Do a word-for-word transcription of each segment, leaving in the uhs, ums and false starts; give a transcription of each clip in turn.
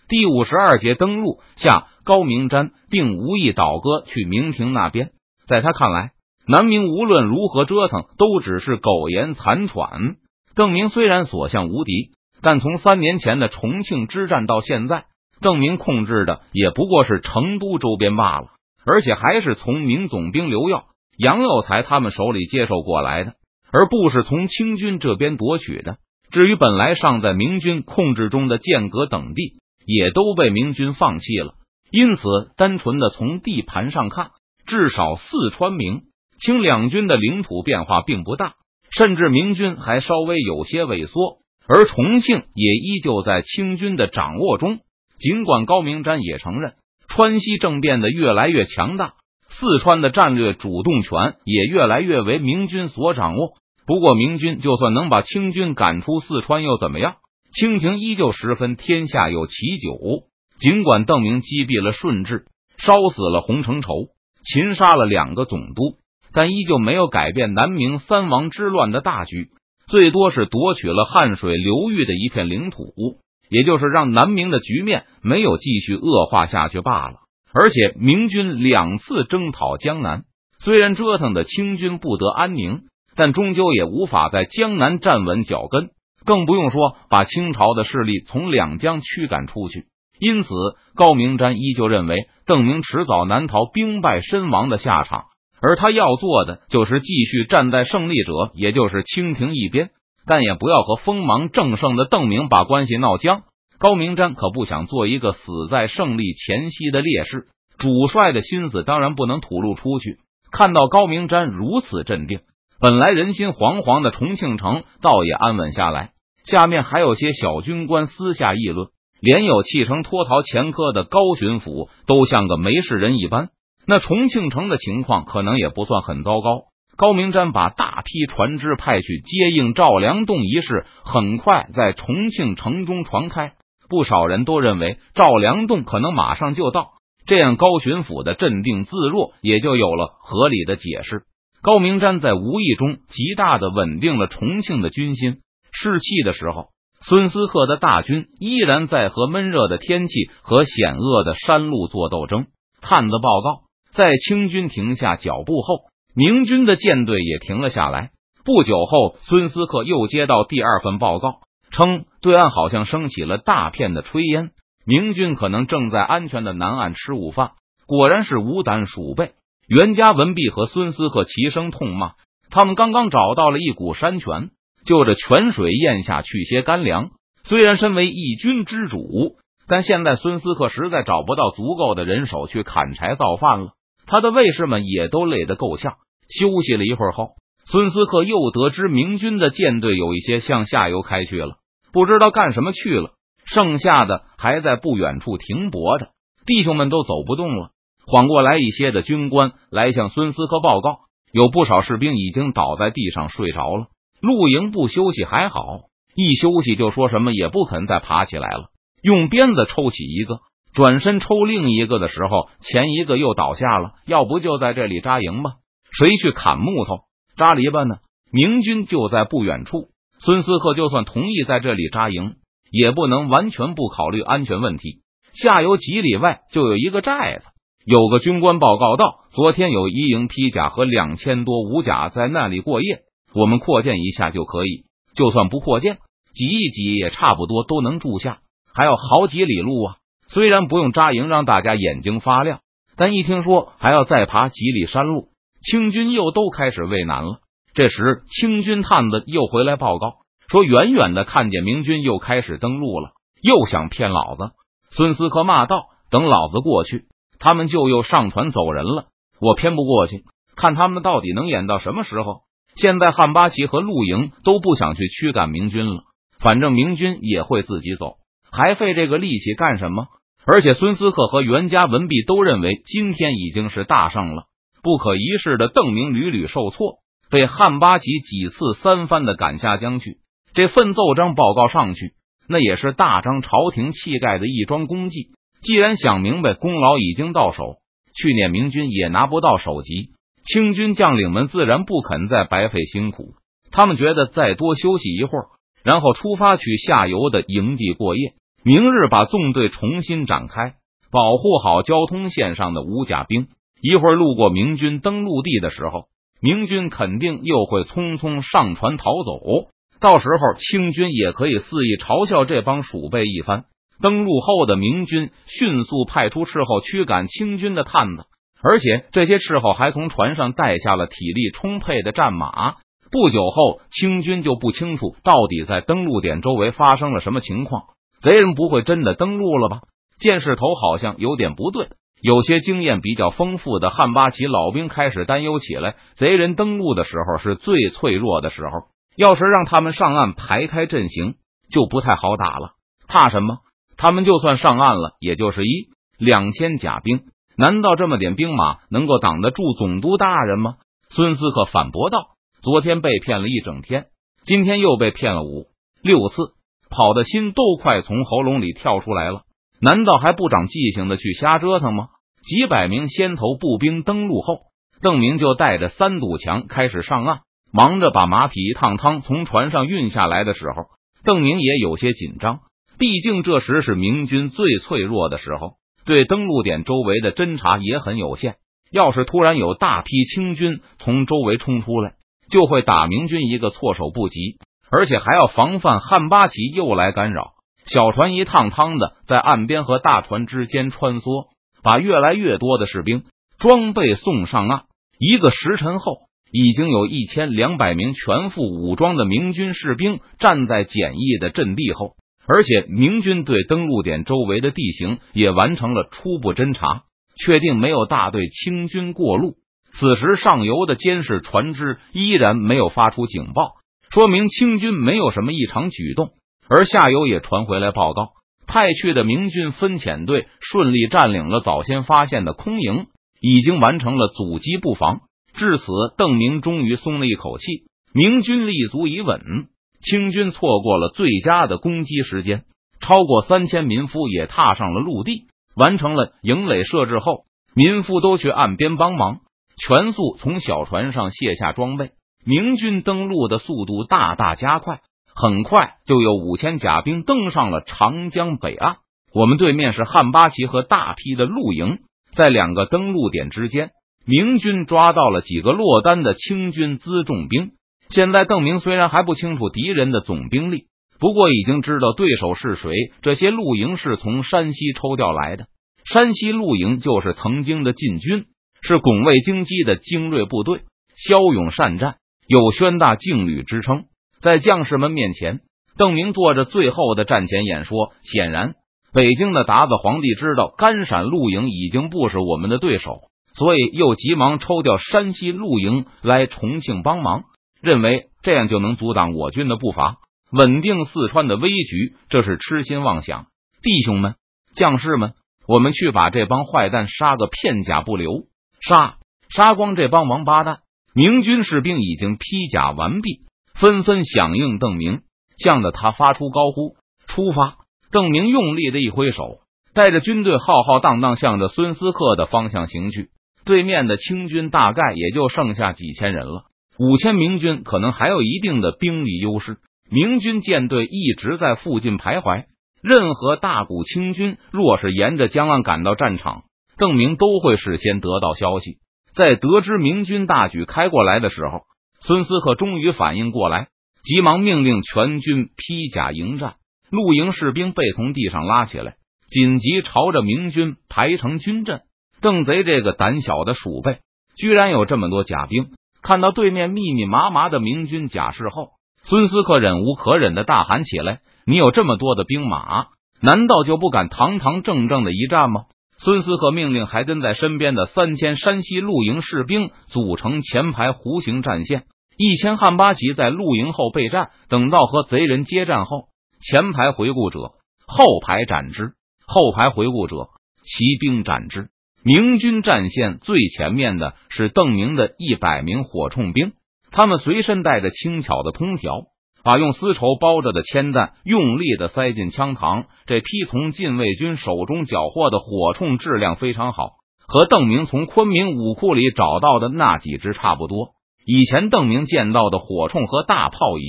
第五十二节登陆下，高明瞻并无意倒戈去明廷那边。在他看来，南明无论如何折腾，都只是苟延残喘。邓明虽然所向无敌，但从三年前的重庆之战到现在，邓明控制的也不过是成都周边罢了，而且还是从明总兵刘耀、杨有才他们手里接受过来的，而不是从清军这边夺取的。至于本来尚在明军控制中的剑阁等地，也都被明军放弃了。因此单纯的从地盘上看，至少四川明清两军的领土变化并不大，甚至明军还稍微有些萎缩，而重庆也依旧在清军的掌握中。尽管高明瞻也承认川西政变的越来越强大，四川的战略主动权也越来越为明军所掌握，不过明军就算能把清军赶出四川又怎么样？清廷依旧十分天下有其九。尽管邓明击毙了顺治，烧死了洪承畴，擒杀了两个总督，但依旧没有改变南明三王之乱的大局，最多是夺取了汉水流域的一片领土，也就是让南明的局面没有继续恶化下去罢了。而且明军两次征讨江南，虽然折腾的清军不得安宁，但终究也无法在江南站稳脚跟，更不用说把清朝的势力从两江驱赶出去。因此高明瞻依旧认为邓明迟早难逃兵败身亡的下场，而他要做的就是继续站在胜利者，也就是清廷一边，但也不要和锋芒正盛的邓明把关系闹僵。高明瞻可不想做一个死在胜利前夕的烈士，主帅的心思当然不能吐露出去。看到高明瞻如此镇定，本来人心惶惶的重庆城倒也安稳下来。下面还有些小军官私下议论，连有弃城脱逃前科的高巡抚都像个没事人一般。那重庆城的情况可能也不算很糟糕。高明瞻把大批船只派去接应赵良栋一事很快在重庆城中传开，不少人都认为赵良栋可能马上就到，这样高巡抚的镇定自若也就有了合理的解释。高明瞻在无意中极大的稳定了重庆的军心士气的时候，孙思克的大军依然在和闷热的天气和险恶的山路做斗争。探子报告，在清军停下脚步后，明军的舰队也停了下来。不久后，孙思克又接到第二份报告，称对岸好像升起了大片的炊烟，明军可能正在安全的南岸吃午饭。果然是无胆鼠辈。袁家文弼和孙思克齐声痛骂，他们刚刚找到了一股山泉，就着泉水咽下去些干粮。虽然身为一军之主，但现在孙思克实在找不到足够的人手去砍柴造饭了，他的卫士们也都累得够呛。休息了一会儿后，孙思克又得知明军的舰队有一些向下游开去了，不知道干什么去了，剩下的还在不远处停泊着，弟兄们都走不动了。缓过来一些的军官来向孙思克报告，有不少士兵已经倒在地上睡着了。陆营不休息还好，一休息就说什么也不肯再爬起来了，用鞭子抽起一个，转身抽另一个的时候，前一个又倒下了。要不就在这里扎营吧，谁去砍木头扎篱笆呢？明军就在不远处，孙思克就算同意在这里扎营，也不能完全不考虑安全问题。下游几里外就有一个寨子，有个军官报告道，昨天有一营披甲和两千多武甲在那里过夜，我们扩建一下就可以，就算不扩建，挤一挤也差不多都能住下，还有好几里路啊。虽然不用扎营让大家眼睛发亮，但一听说还要再爬几里山路，清军又都开始畏难了。这时清军探子又回来报告，说远远的看见明军又开始登陆了，又想骗老子。孙思克骂道，等老子过去，他们就又上船走人了，我偏不过去，看他们到底能演到什么时候。现在汉八旗和陆营都不想去驱赶明军了，反正明军也会自己走，还费这个力气干什么？而且孙思克和袁家文弼都认为今天已经是大胜了，不可一世的邓明屡屡受挫，被汉八旗几次三番的赶下江去。这份奏章报告上去，那也是大张朝廷气概的一桩功绩。既然想明白功劳已经到手，去年明军也拿不到首级，清军将领们自然不肯再白费辛苦，他们觉得再多休息一会儿，然后出发去下游的营地过夜， 明日把纵队重新展开，保护好交通线上的吴甲兵。一会儿路过明军登陆地的时候，明军肯定又会匆匆上船逃走，到时候清军也可以肆意嘲笑这帮鼠辈一番。登陆后的明军迅速派出斥候驱赶清军的探子，而且这些斥候还从船上带下了体力充沛的战马。不久后，清军就不清楚到底在登陆点周围发生了什么情况。贼人不会真的登陆了吧？见势头好像有点不对。有些经验比较丰富的汉八旗老兵开始担忧起来，贼人登陆的时候是最脆弱的时候，要是让他们上岸排开阵型，就不太好打了。怕什么？他们就算上岸了，也就是一两千甲兵，难道这么点兵马能够挡得住总督大人吗？孙思克反驳道：昨天被骗了一整天，今天又被骗了五六次，跑的心都快从喉咙里跳出来了。难道还不长记性的去瞎折腾吗？几百名先头步兵登陆后，邓明就带着三堵墙开始上岸，忙着把马匹一趟趟从船上运下来的时候，邓明也有些紧张。毕竟这时是明军最脆弱的时候，对登陆点周围的侦察也很有限。要是突然有大批清军从周围冲出来，就会打明军一个措手不及，而且还要防范汉八旗又来干扰。小船一趟趟的在岸边和大船之间穿梭，把越来越多的士兵装备送上岸。一个时辰后，已经有一千两百名全副武装的明军士兵站在简易的阵地后，而且明军对登陆点周围的地形也完成了初步侦查，确定没有大队清军过路。此时上游的监视船只依然没有发出警报，说明清军没有什么异常举动。而下游也传回来报告，派去的明军分遣队顺利占领了早先发现的空营，已经完成了阻击布防。至此，邓明终于松了一口气，明军立足已稳，清军错过了最佳的攻击时间。超过三千民夫也踏上了陆地，完成了营垒设置后，民夫都去岸边帮忙，全速从小船上卸下装备。明军登陆的速度大大加快，很快就有五千甲兵登上了长江北岸。我们对面是汉八旗和大批的陆营，在两个登陆点之间，明军抓到了几个落单的清军辎重兵。现在邓明虽然还不清楚敌人的总兵力，不过已经知道对手是谁。这些陆营是从山西抽调来的，山西陆营就是曾经的禁军，是拱卫京畿的精锐部队，骁勇善战，有宣大劲旅之称。在将士们面前，邓明做着最后的战前演说。显然，北京的达子皇帝知道甘陕陆营已经不是我们的对手，所以又急忙抽调山西陆营来重庆帮忙，认为这样就能阻挡我军的步伐，稳定四川的危局。这是痴心妄想。弟兄们，将士们，我们去把这帮坏蛋杀个片甲不留，杀杀光这帮王八蛋。明军士兵已经披甲完毕，纷纷响应邓明，向着他发出高呼：出发！邓明用力的一挥手，带着军队浩浩荡荡向着孙思克的方向行去。对面的清军大概也就剩下几千人了，五千明军可能还有一定的兵力优势。明军舰队一直在附近徘徊，任何大股清军若是沿着江岸赶到战场，邓明都会事先得到消息。在得知明军大举开过来的时候，孙思克终于反应过来，急忙命令全军披甲迎战。陆营士兵被从地上拉起来，紧急朝着明军排成军阵。邓贼这个胆小的鼠辈，居然有这么多甲兵。看到对面密密麻麻的明军甲士后，孙思克忍无可忍的大喊起来：你有这么多的兵马，难道就不敢堂堂正正的一战吗？孙思克命令还跟在身边的三千山西陆营士兵组成前排弧形战线，一千汉八旗在陆营后备战，等到和贼人接战后，前排回顾者，后排斩之；后排回顾者，骑兵斩之。明军战线最前面的是邓明的一百名火铳兵，他们随身带着轻巧的通条，把用丝绸包着的铅弹用力的塞进枪膛。这批从禁卫军手中缴获的火铳质量非常好，和邓明从昆明武库里找到的那几支差不多。以前邓明见到的火铳和大炮一样，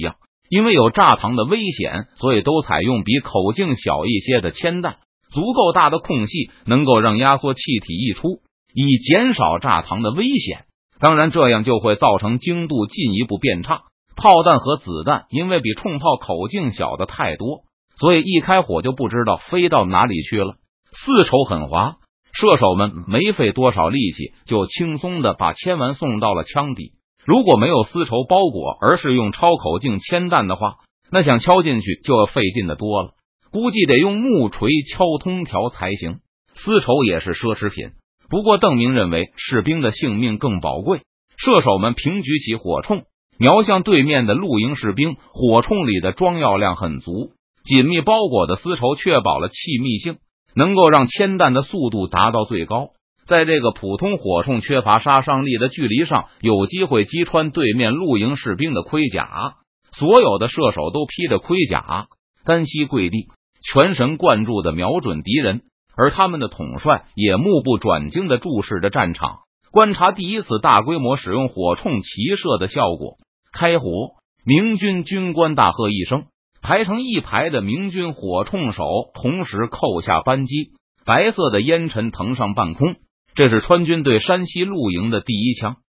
因为有炸膛的危险，所以都采用比口径小一些的铅弹，足够大的空隙能够让压缩气体溢出，以减少炸膛的危险。当然，这样就会造成精度进一步变差。炮弹和子弹因为比冲炮口径小的太多，所以一开火就不知道飞到哪里去了。丝绸很滑，射手们没费多少力气就轻松的把铅丸送到了枪底。如果没有丝绸包裹，而是用超口径铅弹的话，那想敲进去就要费劲的多了，估计得用木锤敲通条才行。丝绸也是奢侈品，不过邓明认为士兵的性命更宝贵。射手们平举起火铳，瞄向对面的露营士兵，火铳里的装药量很足，紧密包裹的丝绸确保了气密性，能够让铅弹的速度达到最高。在这个普通火铳缺乏杀伤力的距离上，有机会击穿对面露营士兵的盔甲。所有的射手都披着盔甲，单膝跪地，全神贯注的瞄准敌人，而他们的统帅也目不转睛的注视着战场，观察第一次大规模使用火铳齐射的效果。开火！明军军官大喝一声，排成一排的明军火铳手同时扣下扳机，白色的烟尘腾上半空。这是川军对山西露营的第一枪。